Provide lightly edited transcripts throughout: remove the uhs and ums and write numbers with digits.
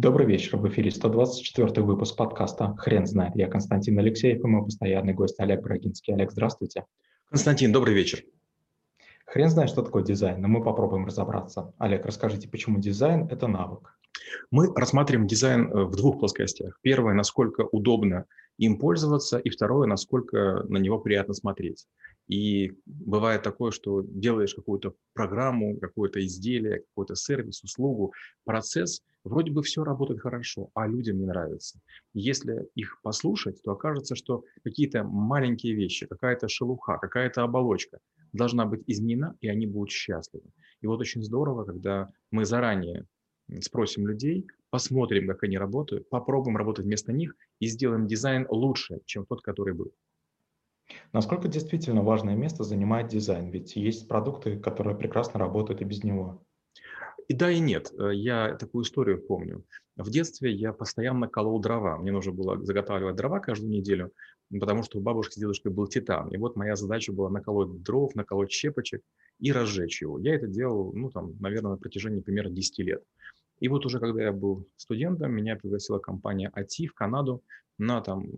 Добрый вечер. В эфире 124 выпуск подкаста «Хрен знает». Я Константин Алексеев и мой постоянный гость Олег Брагинский. Олег, здравствуйте. Константин, добрый вечер. Хрен знает, что такое дизайн, но мы попробуем разобраться. Олег, расскажите, почему дизайн – это навык? Мы рассматриваем дизайн в двух плоскостях. Первое, насколько удобно им пользоваться, и второе, насколько на него приятно смотреть. И бывает такое, что делаешь какую-то программу, какое-то изделие, какой-то сервис, услугу, процесс, вроде бы все работает хорошо, а людям не нравится. Если их послушать, то окажется, что какие-то маленькие вещи, какая-то шелуха, какая-то оболочка должна быть изменена, и они будут счастливы. И вот очень здорово, когда мы заранее спросим людей, посмотрим, как они работают, попробуем работать вместо них и сделаем дизайн лучше, чем тот, который был. Насколько действительно важное место занимает дизайн? Ведь есть продукты, которые прекрасно работают и без него. И да, и нет. Я такую историю помню. В детстве я постоянно колол дрова. Мне нужно было заготавливать дрова каждую неделю, потому что у бабушки с дедушкой был титан. И вот моя задача была наколоть дров, наколоть щепочек и разжечь его. Я это делал, наверное, на протяжении примерно 10 лет. И вот уже когда я был студентом, меня пригласила компания IT в Канаду на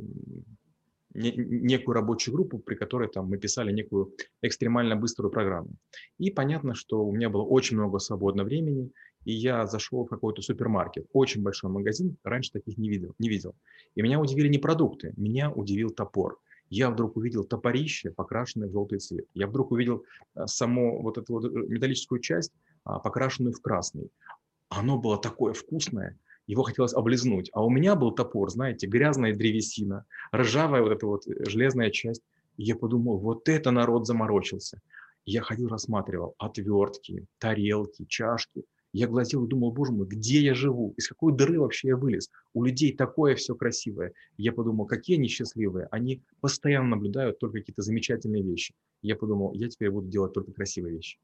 некую рабочую группу, при которой мы писали некую экстремально быструю программу. И понятно, что у меня было очень много свободного времени, и я зашел в какой-то супермаркет, очень большой магазин, раньше таких не видел. И меня удивили не продукты, меня удивил топор. Я вдруг увидел топорище, покрашенное в желтый цвет. Я вдруг увидел саму вот эту вот металлическую часть, покрашенную в красный. Оно было такое вкусное, его хотелось облизнуть. А у меня был топор, знаете, грязная древесина, ржавая вот эта вот железная часть. И я подумал, вот это народ заморочился. Я ходил, рассматривал отвертки, тарелки, чашки. Я глазел и думал, боже мой, где я живу? Из какой дыры вообще я вылез? У людей такое все красивое. Я подумал, какие они счастливые. Они постоянно наблюдают только какие-то замечательные вещи. Я подумал, я теперь буду делать только красивые вещи.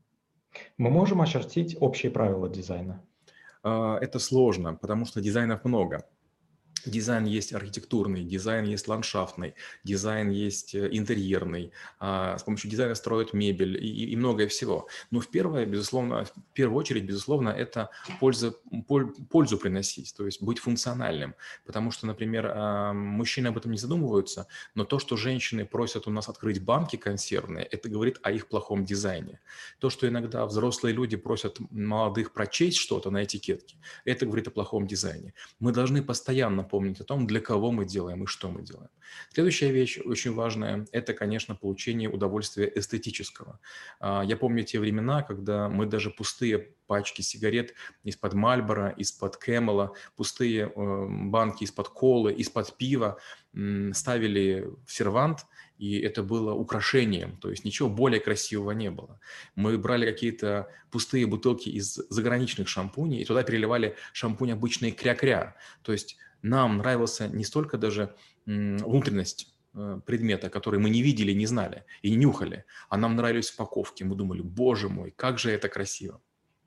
Мы можем очертить общие правила дизайна. Это сложно, потому что дизайнов много. Дизайн есть архитектурный, дизайн есть ландшафтный, дизайн есть интерьерный. С помощью дизайна строят мебель и многое всего. Но в первую очередь, безусловно, это пользу приносить, то есть быть функциональным. Потому что, например, мужчины об этом не задумываются, но то, что женщины просят у нас открыть банки консервные, это говорит о их плохом дизайне. То, что иногда взрослые люди просят молодых прочесть что-то на этикетке, это говорит о плохом дизайне. Мы должны постоянно помнить о том, для кого мы делаем и что мы делаем. Следующая вещь очень важная – это, конечно, получение удовольствия эстетического. Я помню те времена, когда мы даже пустые пачки сигарет из-под Мальбора, из-под Кэмела, пустые банки из-под колы, из-под пива ставили в сервант, и это было украшением, то есть ничего более красивого не было. Мы брали какие-то пустые бутылки из заграничных шампуней и туда переливали шампунь обычный кря-кря, то есть нам нравился не столько даже внутренность предмета, который мы не видели, не знали и не нюхали, а нам нравились упаковки. Мы думали, боже мой, как же это красиво.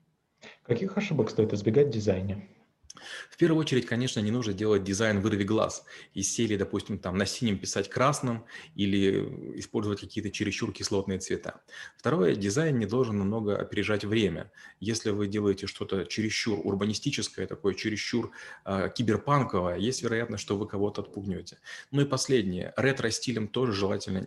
Каких ошибок стоит избегать в дизайне? В первую очередь, конечно, не нужно делать дизайн «вырви глаз» из серии, допустим, на синем писать красным или использовать какие-то чересчур кислотные цвета. Второе, дизайн не должен намного опережать время. Если вы делаете что-то чересчур урбанистическое, такое чересчур киберпанковое, есть вероятность, что вы кого-то отпугнете. Ну и последнее, ретро-стилем тоже желательно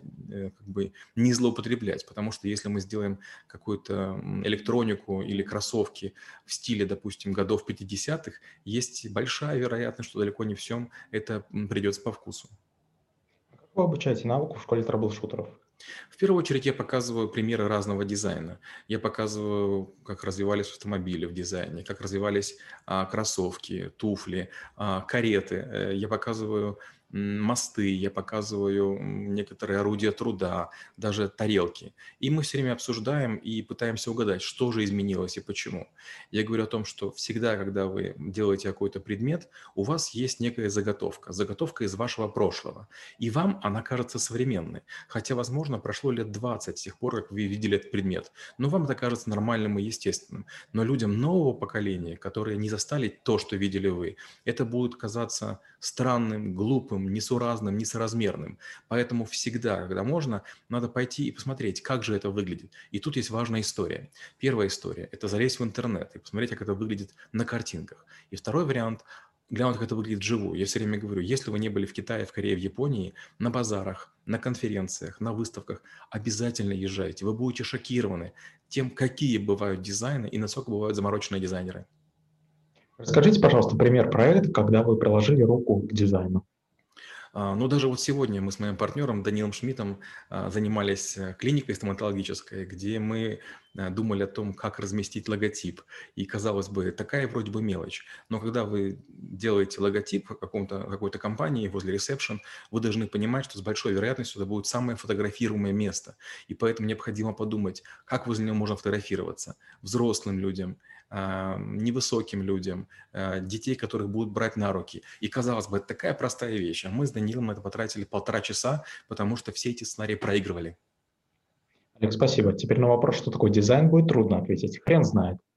не злоупотреблять, потому что если мы сделаем какую-то электронику или кроссовки в стиле, допустим, годов 50-х, есть большая вероятность, что далеко не всем это придется по вкусу. Как вы обучаете навыку в школе трэблшутеров? В первую очередь я показываю примеры разного дизайна. Я показываю, как развивались автомобили в дизайне, как развивались кроссовки, туфли, кареты. Я показываю мосты, я показываю некоторые орудия труда, даже тарелки. И мы все время обсуждаем и пытаемся угадать, что же изменилось и почему. Я говорю о том, что всегда, когда вы делаете какой-то предмет, у вас есть некая заготовка из вашего прошлого. И вам она кажется современной. Хотя, возможно, прошло лет 20 с тех пор, как вы видели этот предмет. Но вам это кажется нормальным и естественным. Но людям нового поколения, которые не застали то, что видели вы, это будет казаться странным, глупым, глупым, несуразным, несоразмерным. Поэтому всегда, когда можно, надо пойти и посмотреть, как же это выглядит. И тут есть важная история. Первая история – это залезть в интернет и посмотреть, как это выглядит на картинках. И второй вариант – глянуть, как это выглядит вживую. Я все время говорю, если вы не были в Китае, в Корее, в Японии, на базарах, на конференциях, на выставках, обязательно езжайте. Вы будете шокированы тем, какие бывают дизайны и насколько бывают замороченные дизайнеры. Расскажите, пожалуйста, пример проекта, когда вы приложили руку к дизайну. Ну, даже вот сегодня мы с моим партнером Данилом Шмидтом занимались клиникой стоматологической, где мы думали о том, как разместить логотип. И, казалось бы, такая вроде бы мелочь. Но когда вы делаете логотип какой-то компании возле ресепшн, вы должны понимать, что с большой вероятностью это будет самое фотографируемое место. И поэтому необходимо подумать, как возле него можно фотографироваться. Взрослым людям, невысоким людям, детей, которых будут брать на руки. И, казалось бы, это такая простая вещь. А мы с Данилом на это потратили 1,5 часа, потому что все эти сценарии проигрывали. Олег, спасибо. Теперь на вопрос, что такое дизайн, будет трудно ответить. Хрен знает.